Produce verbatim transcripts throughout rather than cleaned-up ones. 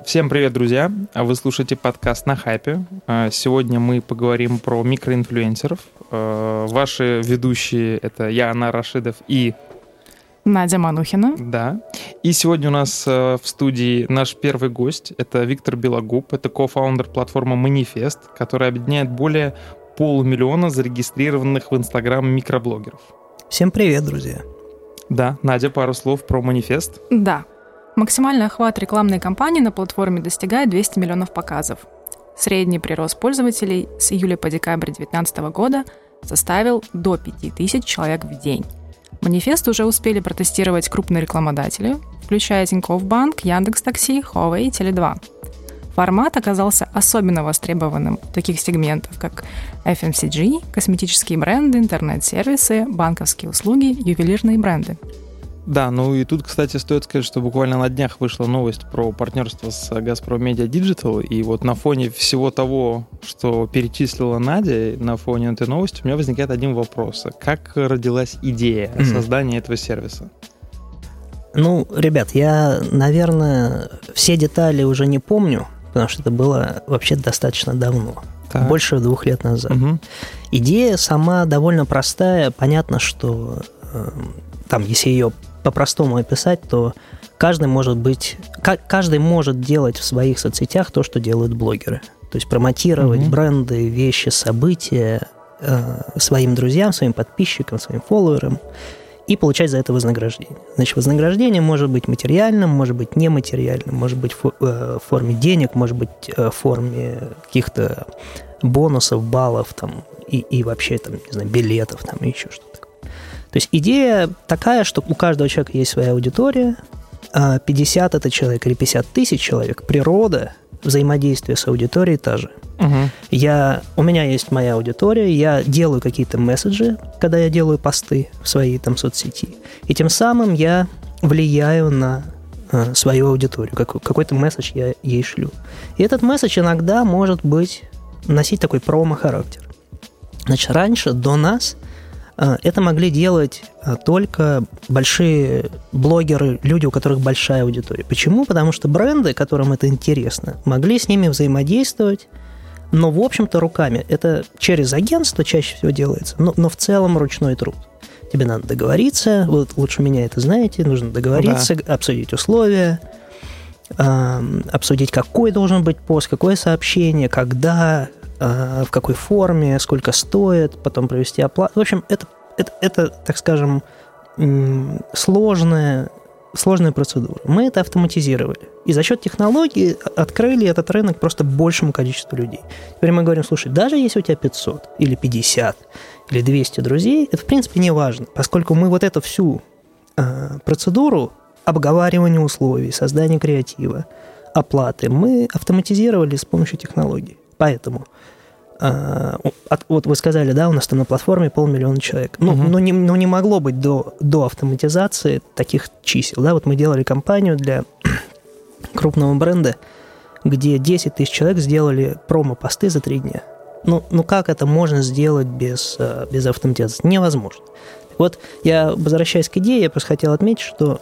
Всем привет, друзья! Вы слушаете подкаст «На хайпе». Сегодня мы поговорим про микроинфлюенсеров. Ваши ведущие — это я, Анар Рашидов, и... Надя Манухина. Да. И сегодня у нас в студии наш первый гость. Это Виктор Белогуб. Это кофаундер платформы Манифест, которая объединяет более полумиллиона зарегистрированных в Инстаграм микроблогеров. Всем привет, друзья! Да, Надя, пару слов про Манифест. Да. Максимальный охват рекламной кампании на платформе достигает двести миллионов показов. Средний прирост пользователей с июля по декабрь две тысячи девятнадцатого года составил до пяти тысяч человек в день. Манифест уже успели протестировать крупные рекламодатели, включая Тинькофф Банк, Яндекс.Такси, Huawei и Теле два. Формат оказался особенно востребованным в таких сегментах, как эф эм си джи, косметические бренды, интернет-сервисы, банковские услуги, ювелирные бренды. Да, ну и тут, кстати, стоит сказать, что буквально на днях вышла новость про партнерство с Газпром Медиа Диджитал, и вот на фоне всего того, что перечислила Надя, на фоне этой новости у меня возникает один вопрос. Как родилась идея mm-hmm. создания этого сервиса? Ну, ребят, я, наверное, все детали уже не помню, потому что это было вообще достаточно давно, так. больше двух лет назад. Mm-hmm. Идея сама довольно простая, понятно, что э, там, если ее по-простому описать, то каждый может быть, каждый может делать в своих соцсетях то, что делают блогеры. То есть промотировать mm-hmm. бренды, вещи, события э, своим друзьям, своим подписчикам, своим фолловерам и получать за это вознаграждение. Значит, вознаграждение может быть материальным, может быть нематериальным, может быть в, э, в форме денег, может быть э, в форме каких-то бонусов, баллов там, и, и вообще там, не знаю, билетов там, и еще что-то. То есть идея такая, что у каждого человека есть своя аудитория, пятьдесят это человек или пятьдесят тысяч человек, природа, взаимодействие с аудиторией та же. Угу. Я, у меня есть моя аудитория, я делаю какие-то месседжи, когда я делаю посты в своей там соцсети, и тем самым я влияю на э, свою аудиторию, как, какой-то месседж я ей шлю. И этот месседж иногда может быть, носить такой промо-характер. Значит, раньше, до нас, это могли делать только большие блогеры, люди, у которых большая аудитория. Почему? Потому что бренды, которым это интересно, могли с ними взаимодействовать, но, в общем-то, руками. Это через агентство чаще всего делается, но, но в целом ручной труд. Тебе надо договориться, вы лучше меня это знаете, нужно договориться, да. обсудить условия, обсудить, какой должен быть пост, какое сообщение, когда... в какой форме, сколько стоит, потом провести оплату. В общем, это, это, это так скажем, сложная, сложная процедура. Мы это автоматизировали. И за счет технологий открыли этот рынок просто большему количеству людей. Теперь мы говорим, слушай, даже если у тебя пятьсот, или пятьдесят, или двести друзей, это, в принципе, не важно, поскольку мы вот эту всю э, процедуру обговаривания условий, создания креатива, оплаты, мы автоматизировали с помощью технологий. Поэтому, э, вот вы сказали, да, у нас там на платформе полмиллиона человек. Ну, uh-huh. ну, не, ну не могло быть до, до автоматизации таких чисел. Да? Вот мы делали кампанию для крупного бренда, где десять тысяч человек сделали промо-посты за три дня. Ну, ну как это можно сделать без, без автоматизации? Невозможно. Вот я, возвращаясь к идее, я просто хотел отметить, что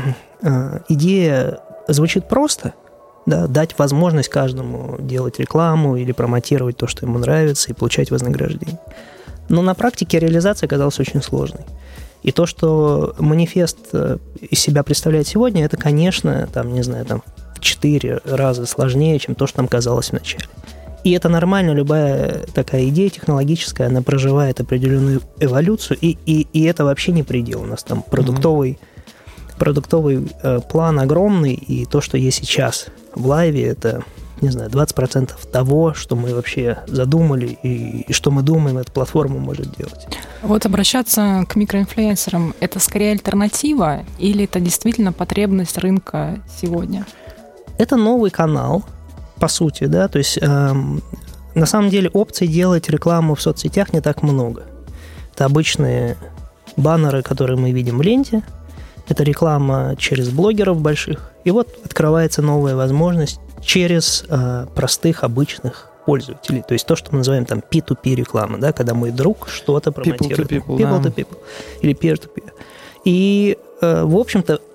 э, идея звучит просто, да, дать возможность каждому делать рекламу или промотировать то, что ему нравится, и получать вознаграждение. Но на практике реализация оказалась очень сложной. И то, что Манифест из себя представляет сегодня, это, конечно, там, не знаю, там, в четыре раза сложнее, чем то, что нам казалось вначале. И это нормально, любая такая идея технологическая, она проживает определенную эволюцию, и, и, и это вообще не предел. У нас там продуктовый, mm-hmm. продуктовый э, план огромный, и то, что есть сейчас в лайве, это, не знаю, двадцать процентов того, что мы вообще задумали и, и что мы думаем, эта платформа может делать. Вот обращаться к микроинфлюенсерам – это скорее альтернатива или это действительно потребность рынка сегодня? Это новый канал, по сути, да, то есть эм, на самом деле опций делать рекламу в соцсетях не так много. Это обычные баннеры, которые мы видим в ленте, это реклама через блогеров больших, и вот открывается новая возможность через э, простых, обычных пользователей. То есть то, что мы называем там пи ту пи реклама, да, когда мой друг что-то промотирует. People to people, people да. to people. Или peer-to-peer. И, э, в общем-то,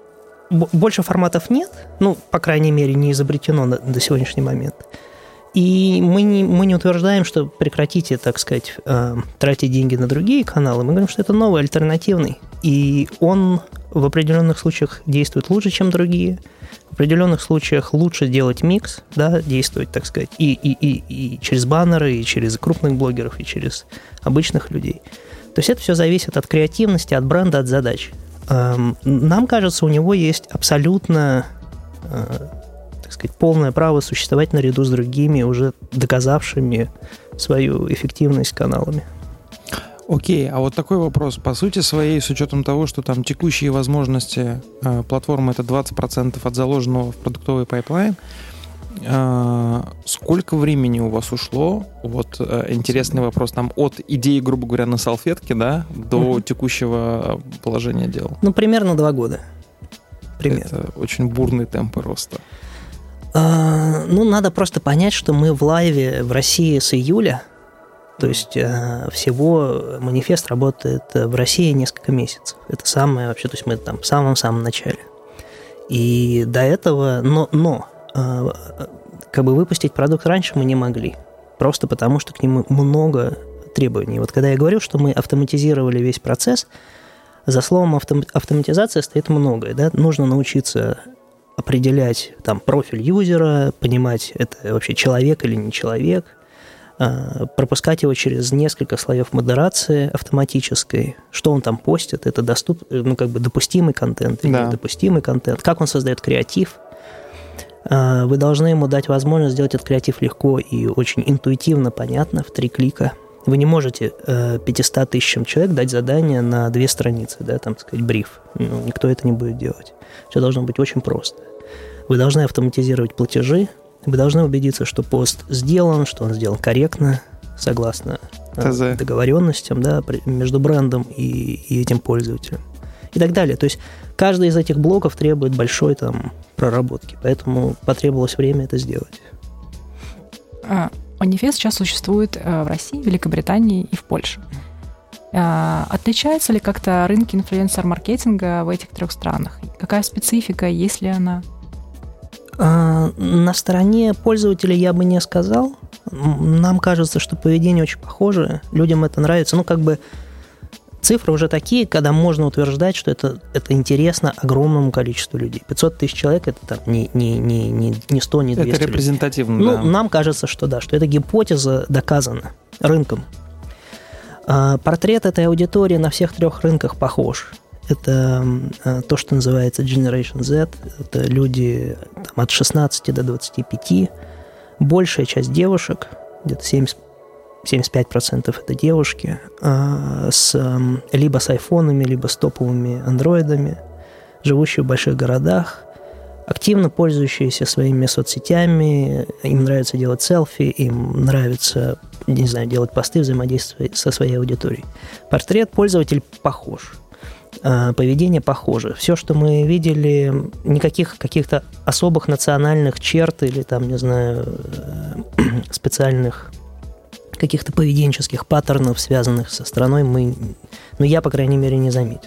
больше форматов нет, ну, по крайней мере, не изобретено на, до сегодняшний момент. И мы не, мы не утверждаем, что прекратите, так сказать, э, тратить деньги на другие каналы. Мы говорим, что это новый, альтернативный. И он в определенных случаях действует лучше, чем другие. В определенных случаях лучше делать микс, да, действовать, так сказать, и, и, и, и через баннеры, и через крупных блогеров, и через обычных людей. То есть это все зависит от креативности, от бренда, от задач. Э, нам кажется, у него есть абсолютно... Э, сказать, полное право существовать наряду с другими, уже доказавшими свою эффективность каналами. Окей, а вот такой вопрос. По сути своей, с учетом того, что там текущие возможности э, платформы это двадцать процентов от заложенного в продуктовый пайплайн, э, сколько времени у вас ушло? Вот э, интересный вопрос. Там от идеи, грубо говоря, на салфетке, да, до uh-huh. текущего положения дел. Ну, примерно два года. Примерно. Это очень бурный темп роста. Uh, ну, надо просто понять, что мы в лайве в России с июля, то есть uh, всего манифест работает в России несколько месяцев. Это самое вообще, то есть мы там в самом-самом начале. И до этого, но, но uh, как бы выпустить продукт раньше мы не могли, просто потому что к нему много требований. Вот когда я говорил, что мы автоматизировали весь процесс, за словом автом- автоматизация стоит многое, да, нужно научиться определять там профиль юзера, понимать, это вообще человек или не человек, пропускать его через несколько слоев модерации автоматической, что он там постит, это доступ, ну, как бы допустимый контент или да. недопустимый контент, как он создает креатив. Вы должны ему дать возможность сделать этот креатив легко и очень интуитивно, понятно, в три клика. Вы не можете пятьсот тысячам человек дать задание на две страницы, да, там, так сказать, бриф. Ну, никто это не будет делать. Все должно быть очень просто. Вы должны автоматизировать платежи, вы должны убедиться, что пост сделан, что он сделан корректно, согласно ТЗ. Договоренностям, да, между брендом и, и этим пользователем. И так далее. То есть каждый из этих блоков требует большой там проработки, поэтому потребовалось время это сделать. А, манифест сейчас существует в России, Великобритании и в Польше. А, отличаются ли как-то рынки инфлюенсер-маркетинга в этих трех странах? Какая специфика, есть ли она? А, на стороне пользователя я бы не сказал. Нам кажется, что поведение очень похоже, людям это нравится. Ну, как бы цифры уже такие, когда можно утверждать, что это, это интересно огромному количеству людей. пятьсот тысяч человек – это там не, не, не, не, не сто, не двести. Это репрезентативно, людей. да. Ну, нам кажется, что да, что эта гипотеза доказана рынком. А, портрет этой аудитории на всех трех рынках похож. Это а, то, что называется Generation Z. Это люди там, от шестнадцати до двадцати пяти. Большая часть девушек, где-то семьдесят семьдесят пять процентов это девушки, с, либо с айфонами, либо с топовыми андроидами, живущие в больших городах, активно пользующиеся своими соцсетями, им нравится делать селфи, им нравится, не знаю, делать посты, взаимодействовать со своей аудиторией. Портрет пользователя похож, поведение похоже. Все, что мы видели, никаких каких-то особых национальных черт или там, не знаю, специальных каких-то поведенческих паттернов, связанных со страной, мы, ну, я, по крайней мере, не заметил.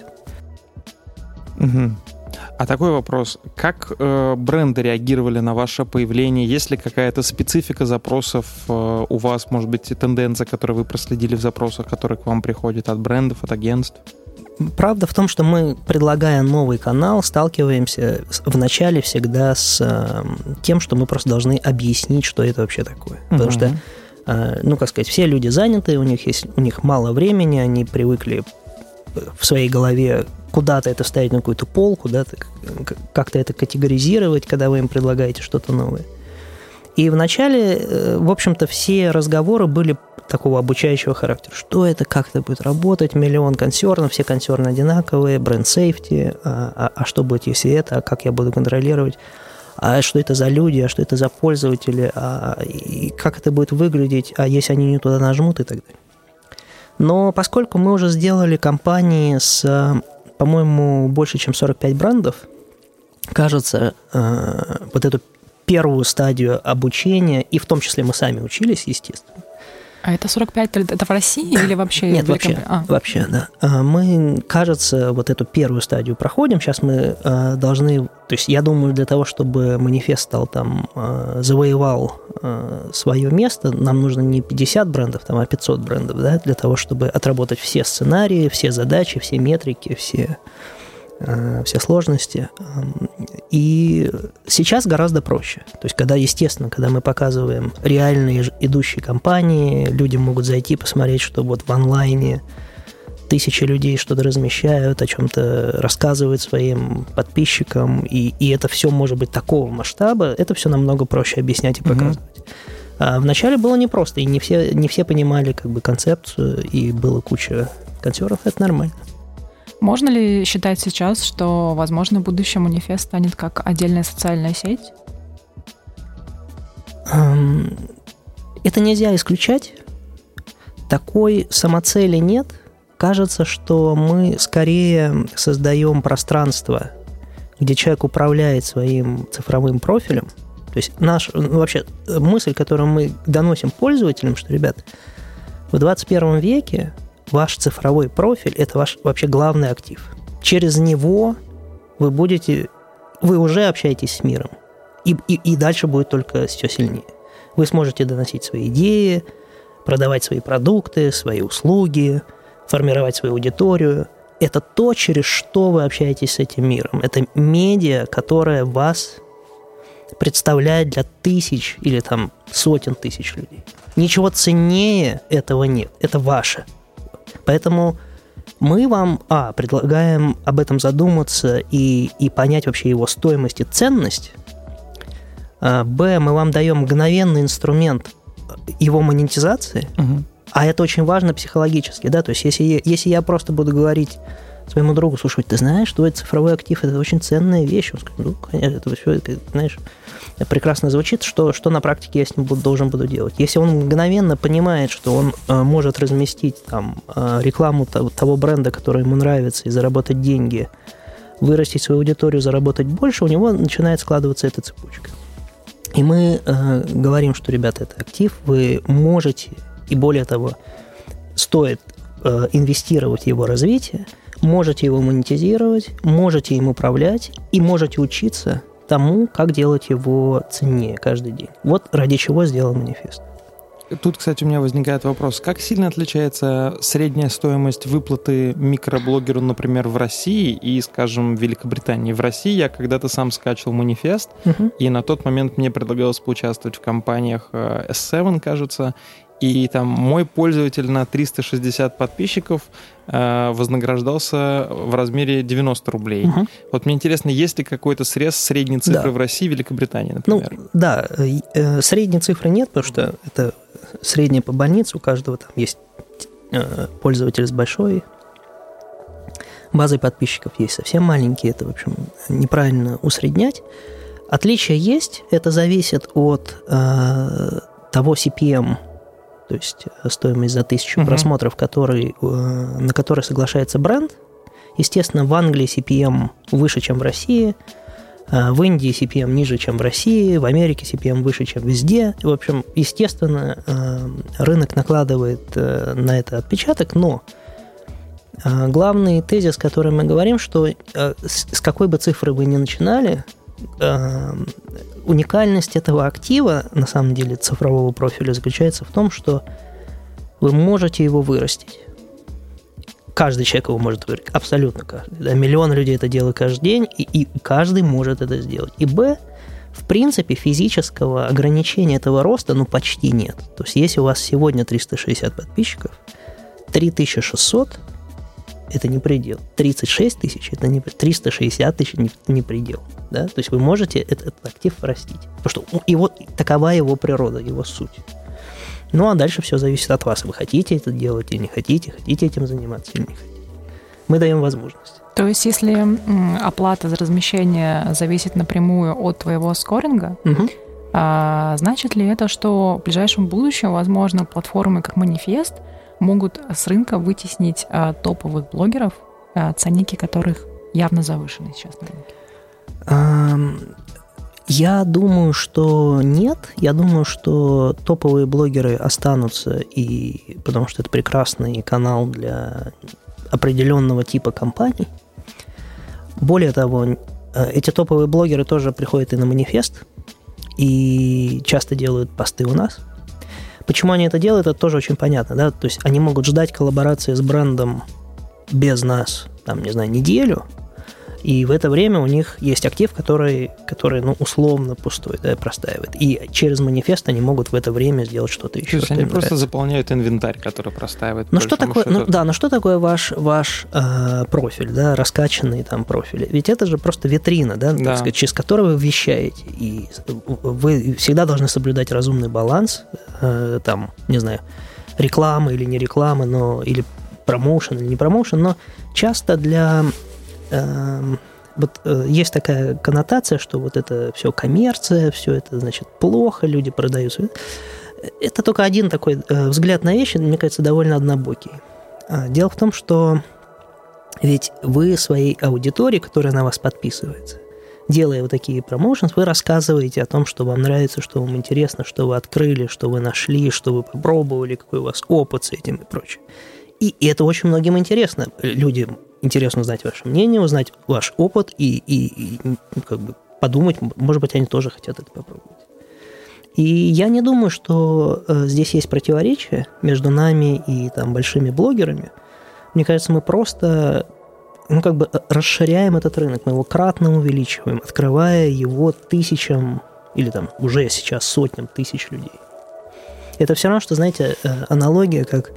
Угу. А такой вопрос. Как э, бренды реагировали на ваше появление? Есть ли какая-то специфика запросов э, у вас, может быть, тенденция, которую вы проследили в запросах, которые к вам приходят от брендов, от агентств? Правда в том, что мы, предлагая новый канал, сталкиваемся вначале всегда с э, тем, что мы просто должны объяснить, что это вообще такое. Угу. Потому что ну, как сказать, все люди заняты, у них есть, у них мало времени, они привыкли в своей голове куда-то это ставить на какую-то полку, да, как-то это категоризировать, когда вы им предлагаете что-то новое. И вначале, в общем-то, все разговоры были такого обучающего характера. Что это, как это будет работать, миллион консернов, все консерны одинаковые, бренд-сейфти, а, а, а что будет, если это, а как я буду контролировать? А что это за люди, а что это за пользователи, а и как это будет выглядеть, а если они не туда нажмут и так далее. Но поскольку мы уже сделали кампании с, по-моему, больше, чем сорок пять брендов, кажется, вот эту первую стадию обучения, и в том числе мы сами учились, естественно, А это сорок пять, это в России или вообще? Нет, вообще, а. вообще, да. Мы, кажется, вот эту первую стадию проходим. Сейчас мы должны... То есть я думаю, для того, чтобы манифест стал там, завоевал свое место, нам нужно не пятьдесят брендов, там, а пятьсот брендов, да, для того, чтобы отработать все сценарии, все задачи, все метрики, все... все сложности. И сейчас гораздо проще. То есть, когда, естественно, когда мы показываем реальные идущие компании, люди могут зайти, посмотреть, что вот в онлайне тысячи людей что-то размещают, о чем-то рассказывают своим подписчикам, и, и это все может быть такого масштаба, это все намного проще объяснять и показывать. Mm-hmm. А вначале было непросто, и не все, не все понимали как бы концепцию, и было куча консервов, это нормально. Можно ли считать сейчас, что, возможно, в будущем манифест станет как отдельная социальная сеть? Это нельзя исключать. Такой самоцели нет. Кажется, что мы скорее создаем пространство, где человек управляет своим цифровым профилем. То есть наш, ну, вообще мысль, которую мы доносим пользователям, что, ребят, в двадцать первом веке ваш цифровой профиль – это ваш вообще главный актив. Через него вы будете, вы уже общаетесь с миром, и, и, и дальше будет только все сильнее. Вы сможете доносить свои идеи, продавать свои продукты, свои услуги, формировать свою аудиторию. Это то, через что вы общаетесь с этим миром. Это медиа, которое вас представляет для тысяч или там сотен тысяч людей. Ничего ценнее этого нет. Это ваше. Поэтому мы вам, а, предлагаем об этом задуматься и, и понять вообще его стоимость и ценность. А, б, мы вам даем мгновенный инструмент его монетизации, угу. А это очень важно психологически, да, то есть если, если я просто буду говорить своему другу, слушай, ты знаешь, что это цифровой актив, это очень ценная вещь, он скажет, ну, конечно, это все, это, знаешь, прекрасно звучит, что, что на практике я с ним буду, должен буду делать. Если он мгновенно понимает, что он э, может разместить там э, рекламу того, того бренда, который ему нравится, и заработать деньги, вырастить свою аудиторию, заработать больше, у него начинает складываться эта цепочка. И мы э, говорим, что, ребята, это актив, вы можете, и более того, стоит э, инвестировать в его развитие, можете его монетизировать, можете им управлять и можете учиться тому, как делать его ценнее каждый день. Вот ради чего сделан манифест. Тут, кстати, у меня возникает вопрос. Как сильно отличается средняя стоимость выплаты микроблогеру, например, в России и, скажем, в Великобритании? В России я когда-то сам скачивал манифест, uh-huh. и на тот момент мне предлагалось поучаствовать в кампаниях эс семь, кажется, и там мой пользователь на триста шестьдесят подписчиков э, вознаграждался в размере девяносто рублей. Угу. Вот мне интересно, есть ли какой-то срез средней цифры да. в России и Великобритании, например? Ну, да, э, средней цифры нет, потому что это средняя по больнице, у каждого там есть э, пользователь с большой базой подписчиков, есть совсем маленькие, это, в общем, неправильно усреднять. Отличия есть, это зависит от э, того си пи эм, то есть стоимость за тысячу uh-huh. просмотров, который, на который соглашается бренд. Естественно, в Англии си пи эм выше, чем в России, в Индии си пи эм ниже, чем в России, в Америке си пи эм выше, чем везде. В общем, естественно, рынок накладывает на это отпечаток, но главный тезис, который мы говорим, что с какой бы цифры вы ни начинали, уникальность этого актива, на самом деле, цифрового профиля, заключается в том, что вы можете его вырастить. Каждый человек его может вырастить, абсолютно каждый. Да, миллион людей это делают каждый день, и, и каждый может это сделать. И б, в принципе, физического ограничения этого роста, ну, почти нет. То есть, если у вас сегодня триста шестьдесят подписчиков, три тысячи шестьсот – это не предел. тридцать шесть тысяч – это не предел. триста шестьдесят тысяч – не, не предел. Да? То есть вы можете этот, этот актив растить. Потому что его, такова его природа, его суть. Ну, а дальше все зависит от вас. Вы хотите это делать или не хотите, хотите этим заниматься или не хотите. Мы даем возможность. То есть если оплата за размещение зависит напрямую от твоего скоринга, угу. а, значит ли это, что в ближайшем будущем, возможно, платформы как Манифест могут с рынка вытеснить а, топовых блогеров, а, ценники которых явно завышены сейчас на рынке? Я думаю, что нет. Я думаю, что топовые блогеры останутся, и потому что это прекрасный канал для определенного типа компаний. Более того, эти топовые блогеры тоже приходят и на манифест, и часто делают посты у нас. Почему они это делают, это тоже очень понятно, да? То есть они могут ждать коллаборации с брендом без нас, там, не знаю, неделю, и в это время у них есть актив, который, который ну, условно пустой, да, простаивает. И через манифест они могут в это время сделать что-то еще. То есть что они просто нравится. заполняют инвентарь, который простаивает. Ну что такое, ну, да, но что такое ваш, ваш э, профиль, да, раскачанный там профиль? Ведь это же просто витрина, да, да. Так сказать, через которую вы вещаете. И вы всегда должны соблюдать разумный баланс, э, там, не знаю, рекламы или не рекламы, но, или промоушен или не промоушен, но часто для... Вот есть такая коннотация, что вот это все коммерция, все это, значит, плохо, люди продаются. Это только один такой взгляд на вещи, мне кажется, довольно однобокий. Дело в том, что ведь вы своей аудитории, которая на вас подписывается, делая вот такие промоушенс, вы рассказываете о том, что вам нравится, что вам интересно, что вы открыли, что вы нашли, что вы попробовали, какой у вас опыт с этим и прочее. И это очень многим интересно. Людям интересно узнать ваше мнение, узнать ваш опыт и, и, и ну, как бы подумать, может быть, они тоже хотят это попробовать. И я не думаю, что э, здесь есть противоречие между нами и там, большими блогерами. Мне кажется, мы просто ну, как бы расширяем этот рынок, мы его кратно увеличиваем, открывая его тысячам или там уже сейчас сотням тысяч людей. Это все равно, что, знаете, аналогия, как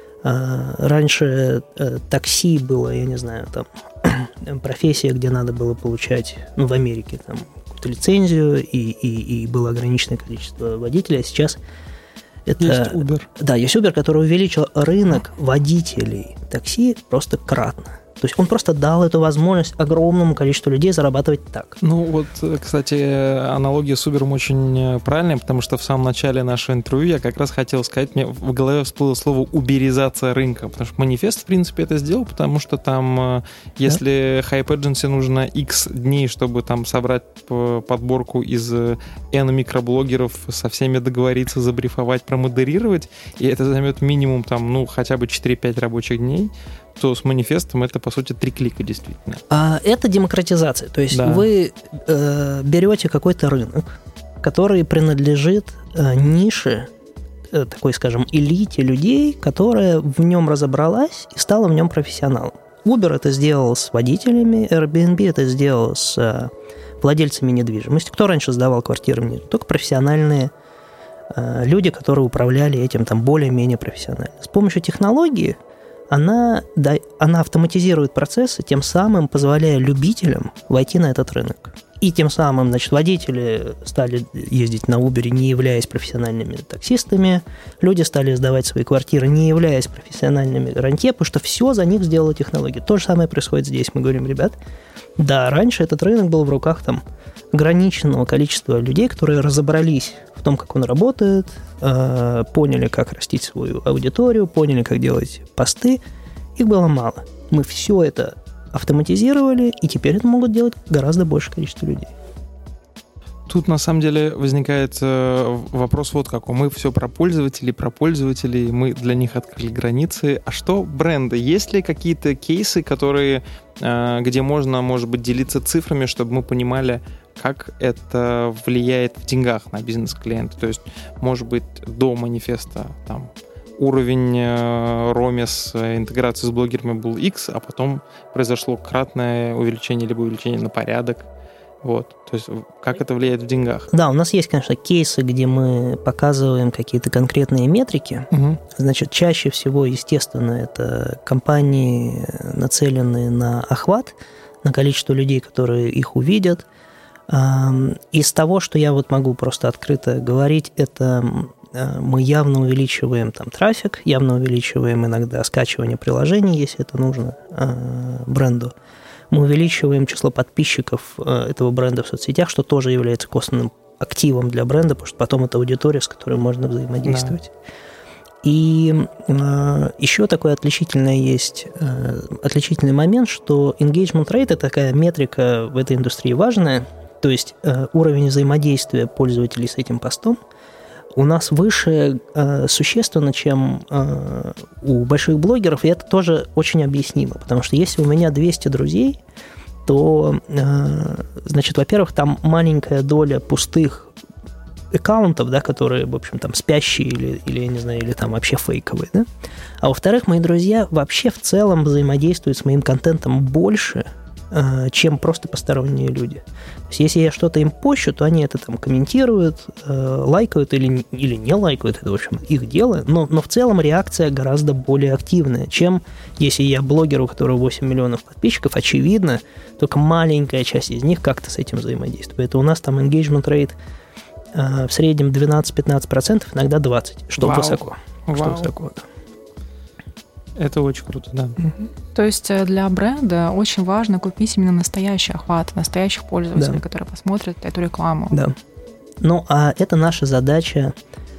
раньше такси было, я не знаю, там профессия, где надо было получать, ну, в Америке, там, какую-то лицензию, и, и, и было ограниченное количество водителей, а сейчас это... Есть Uber. Да, есть Uber, который увеличил рынок водителей такси просто кратно. То есть он просто дал эту возможность огромному количеству людей зарабатывать так. Ну вот, кстати, аналогия с Uber очень правильная, потому что в самом начале нашего интервью я как раз хотел сказать, мне в голове всплыло слово «уберизация рынка», потому что манифест, в принципе, это сделал, потому что там, если да. Hype Agency нужно X дней, чтобы там собрать подборку из N микроблогеров, со всеми договориться, забрифовать, промодерировать, и это займет минимум там, ну, хотя бы четыре-пять рабочих дней, то с манифестом это, по сути, три клика действительно. А это демократизация. То есть да. вы э, берете какой-то рынок, который принадлежит э, нише, э, такой, скажем, элите людей, которая в нем разобралась и стала в нем профессионалом. Uber это сделал с водителями, Airbnb это сделал с э, владельцами недвижимости. Кто раньше сдавал квартиры? Только профессиональные э, люди, которые управляли этим там более-менее профессионально. С помощью технологии Она, да, она автоматизирует процессы, тем самым позволяя любителям войти на этот рынок. И тем самым, значит, водители стали ездить на Uber, не являясь профессиональными таксистами, люди стали сдавать свои квартиры, не являясь профессиональными рантье, потому что все за них сделала технология. То же самое происходит здесь. Мы говорим, ребят, да, раньше этот рынок был в руках там ограниченного количества людей, которые разобрались в том, как он работает, э, поняли, как растить свою аудиторию, поняли, как делать посты. Их было мало. Мы все это автоматизировали, и теперь это могут делать гораздо большее количество людей. Тут, на самом деле, возникает э, вопрос вот какой. Мы все про пользователей, про пользователей, мы для них открыли границы. А что бренды? Есть ли какие-то кейсы, которые, э, где можно, может быть, делиться цифрами, чтобы мы понимали, как это влияет в деньгах на бизнес клиента? То есть, может быть, до манифеста там уровень э, ромес интеграции с блогерами был X, а потом произошло кратное увеличение либо увеличение на порядок. Вот, то есть как это влияет в деньгах? Да, у нас есть, конечно, кейсы, где мы показываем какие-то конкретные метрики. Угу. Значит, чаще всего, естественно, это компании, нацеленные на охват, на количество людей, которые их увидят. Из того, что я вот могу просто открыто говорить, это мы явно увеличиваем там трафик, явно увеличиваем иногда скачивание приложений, если это нужно бренду. Мы увеличиваем число подписчиков этого бренда в соцсетях, что тоже является косвенным активом для бренда, потому что потом это аудитория, с которой можно взаимодействовать. Да. И э, еще такой отличительный есть э, отличительный момент, что engagement rate – это такая метрика в этой индустрии важная, То есть э, уровень взаимодействия пользователей с этим постом у нас выше э, существенно, чем э, у больших блогеров, и это тоже очень объяснимо, потому что если у меня двести друзей, то, э, значит, во-первых, там маленькая доля пустых аккаунтов, да, которые, в общем, там спящие или, или, я не знаю, или там вообще фейковые, да? А во-вторых, мои друзья вообще в целом взаимодействуют с моим контентом больше, чем просто посторонние люди. То есть, если я что-то им пощу, то они это там комментируют, э, лайкают или, или не лайкают, это, в общем, их дело, но, но в целом реакция гораздо более активная, чем если я блогер, у которого восемь миллионов подписчиков, очевидно, только маленькая часть из них как-то с этим взаимодействует. Это у нас там engagement rate э, в среднем двенадцать-пятнадцать процентов, иногда двадцать процентов, что Вау. высоко. Вау. Что высоко, да. Это очень круто, да. Угу. То есть для бренда очень важно купить именно настоящий охват, настоящих пользователей, да. которые посмотрят эту рекламу. Да. Ну, а это наша задача,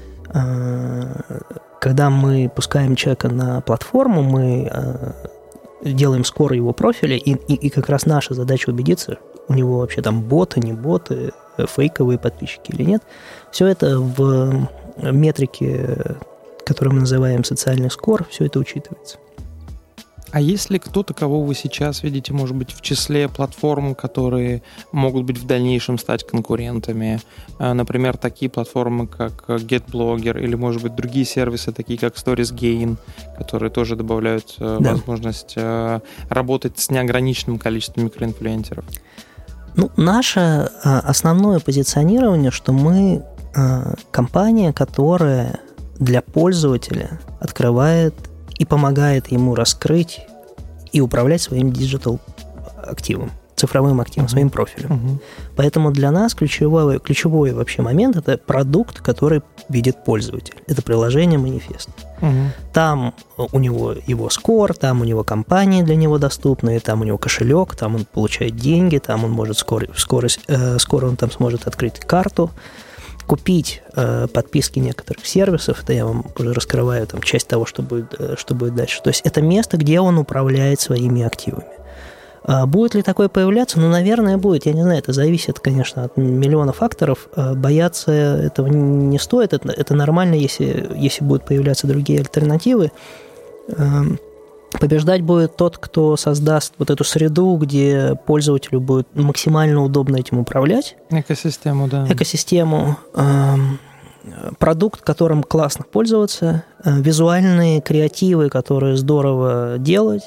когда мы пускаем человека на платформу, мы делаем скор его профиля, и, и, и как раз наша задача убедиться, у него вообще там боты, не боты, фейковые подписчики или нет. Все это в метрике, который мы называем социальный скор, все это учитывается. А есть ли кто-то, кого вы сейчас видите, может быть, в числе платформ, которые могут быть в дальнейшем стать конкурентами? Например, такие платформы, как GetBlogger, или, может быть, другие сервисы, такие как StoriesGain, которые тоже добавляют да. возможность работать с неограниченным количеством микроинфлюенсеров? Ну, наше основное позиционирование, что мы компания, которая для пользователя открывает и помогает ему раскрыть и управлять своим диджитал-активом, цифровым активом, uh-huh. своим профилем. Uh-huh. Поэтому для нас ключевой, ключевой вообще момент – это продукт, который видит пользователь. Это приложение Manifest. Uh-huh. Там у него его скор, там у него компании для него доступны, там у него кошелек, там он получает деньги, там он может скоро, скоро, э, скоро он там сможет открыть карту, купить э, подписки некоторых сервисов, это я вам уже раскрываю там, часть того, что будет, э, что будет дальше. То есть это место, где он управляет своими активами. А будет ли такое появляться? Ну, наверное, будет. Я не знаю, это зависит, конечно, от миллиона факторов. А бояться этого не стоит. Это, это нормально, если, если будут появляться другие альтернативы. Побеждать будет тот, кто создаст вот эту среду, где пользователю будет максимально удобно этим управлять. Экосистему, да. Экосистему. Продукт, которым классно пользоваться. Визуальные креативы, которые здорово делать.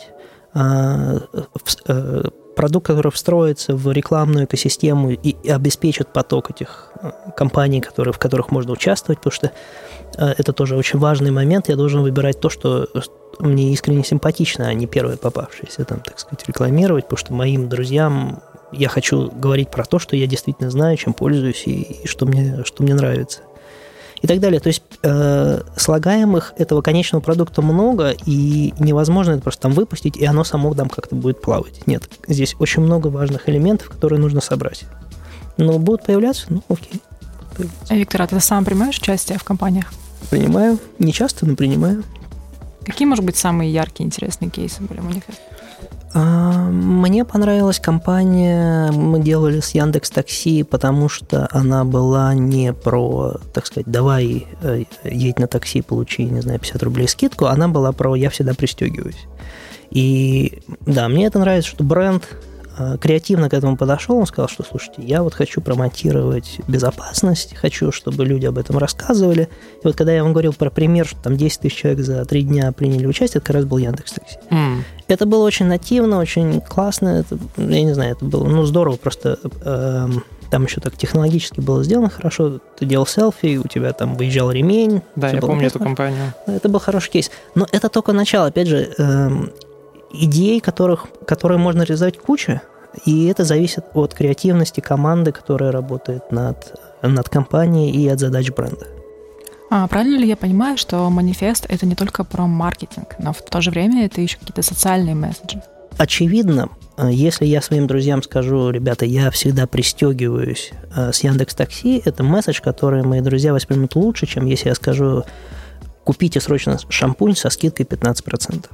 Продукт, который встроится в рекламную экосистему и обеспечит поток этих компаний, которые, в которых можно участвовать, потому что это тоже очень важный момент. Я должен выбирать то, что мне искренне симпатично, а не первые попавшиеся, там, так сказать, рекламировать, потому что моим друзьям я хочу говорить про то, что я действительно знаю, чем пользуюсь и, и что, мне, что мне нравится. И так далее. То есть э, слагаемых этого конечного продукта много, и невозможно это просто там выпустить, и оно само там как-то будет плавать. Нет, здесь очень много важных элементов, которые нужно собрать. Но будут появляться, ну окей. А, Виктор, а ты сам принимаешь участие в компаниях? Принимаю. Не часто, но принимаю. Какие, может быть, самые яркие, интересные кейсы были в Manifest? Мне понравилась компания, мы делали с Яндекс.Такси, потому что она была не про, так сказать, давай едь на такси, получи, не знаю, пятьдесят рублей скидку, она была про я всегда пристегиваюсь. И да, мне это нравится, что бренд креативно к этому подошел, он сказал, что, слушайте, я вот хочу промотировать безопасность, хочу, чтобы люди об этом рассказывали. И вот когда я вам говорил про пример, что там десять тысяч человек за три дня приняли участие, это как раз был Яндекс.Такси. Mm. Это было очень нативно, очень классно, это, я не знаю, это было, ну, здорово, просто э, там еще так технологически было сделано хорошо, ты делал селфи, у тебя там выезжал ремень. Да, я помню эту компанию. Это был хороший кейс. Но это только начало, опять же, э, идей, которых, которые можно реализовать куча, и это зависит от креативности команды, которая работает над, над компанией и от задач бренда. А правильно ли я понимаю, что Manifest — это не только про маркетинг, но в то же время это еще какие-то социальные месседжи? Очевидно, если я своим друзьям скажу, ребята, я всегда пристегиваюсь с Яндекс.Такси, это месседж, который мои друзья воспримут лучше, чем если я скажу, купите срочно шампунь со скидкой пятнадцать процентов.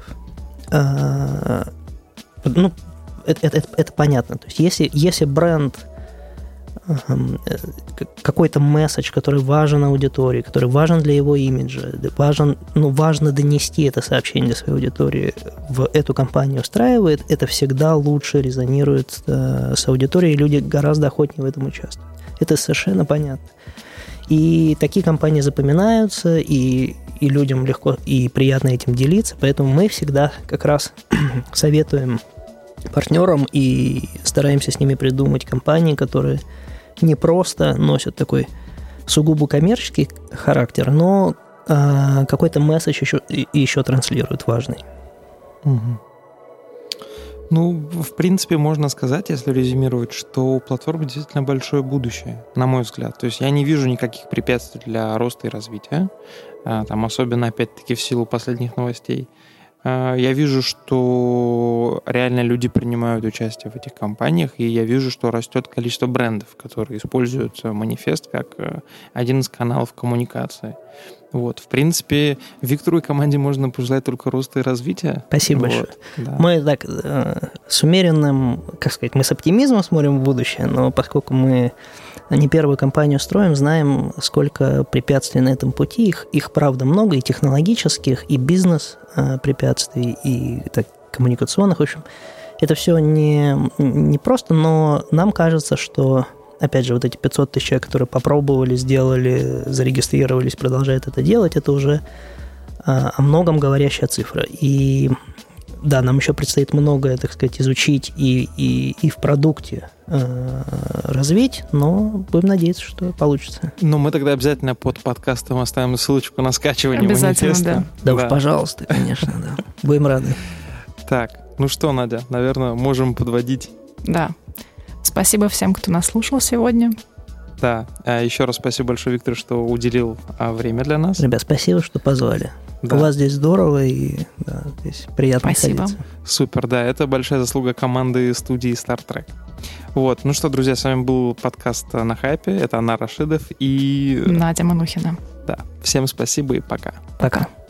Ну, это, это, это понятно. То есть, если, если бренд какой-то месседж, который важен аудитории, который важен для его имиджа, важен, ну, важно донести это сообщение для своей аудитории, в эту компанию устраивает, это всегда лучше резонирует с аудиторией, и люди гораздо охотнее в этом участвуют. Это совершенно понятно. И такие компании запоминаются, и, и людям легко и приятно этим делиться, поэтому мы всегда как раз советуем партнерам и стараемся с ними придумать компании, которые не просто носят такой сугубо коммерческий характер, но а, какой-то месседж еще, еще транслируют важный. Угу. Ну, в принципе, можно сказать, если резюмировать, что у платформы действительно большое будущее, на мой взгляд. То есть я не вижу никаких препятствий для роста и развития, там, особенно, опять-таки, в силу последних новостей. Я вижу, что реально люди принимают участие в этих компаниях, и я вижу, что растет количество брендов, которые используют манифест как один из каналов коммуникации. Вот, в принципе, Виктору и команде можно пожелать только роста и развития. Спасибо вот, большое. Да. Мы так с умеренным, как сказать, мы с оптимизмом смотрим в будущее, но поскольку мы не первую компанию строим, знаем, сколько препятствий на этом пути. Их, их правда много, и технологических, и бизнес-препятствий, и так, коммуникационных. В общем, это все не, не просто, но нам кажется, что, опять же, вот эти пятьсот тысяч человек, которые попробовали, сделали, зарегистрировались, продолжают это делать, это уже о многом говорящая цифра. И да, нам еще предстоит многое, так сказать, изучить и, и, и в продукте э, развить, но будем надеяться, что получится. Но мы тогда обязательно под подкастом оставим ссылочку на скачивание манифеста. Да. Да, да уж, пожалуйста, конечно, да. Будем рады. Так, ну что, Надя, наверное, можем подводить. Да. Спасибо всем, кто нас слушал сегодня. Да, еще раз спасибо большое, Виктор, что уделил время для нас. Ребят, спасибо, что позвали. Да. У вас здесь здорово, и да, здесь приятно Спасибо. находиться. Супер, да, это большая заслуга команды студии Star Trek. Вот, ну что, друзья, с вами был подкаст «На хайпе». Это Анар Рашидов и... Надя Манухина. Да, всем спасибо и пока. Пока.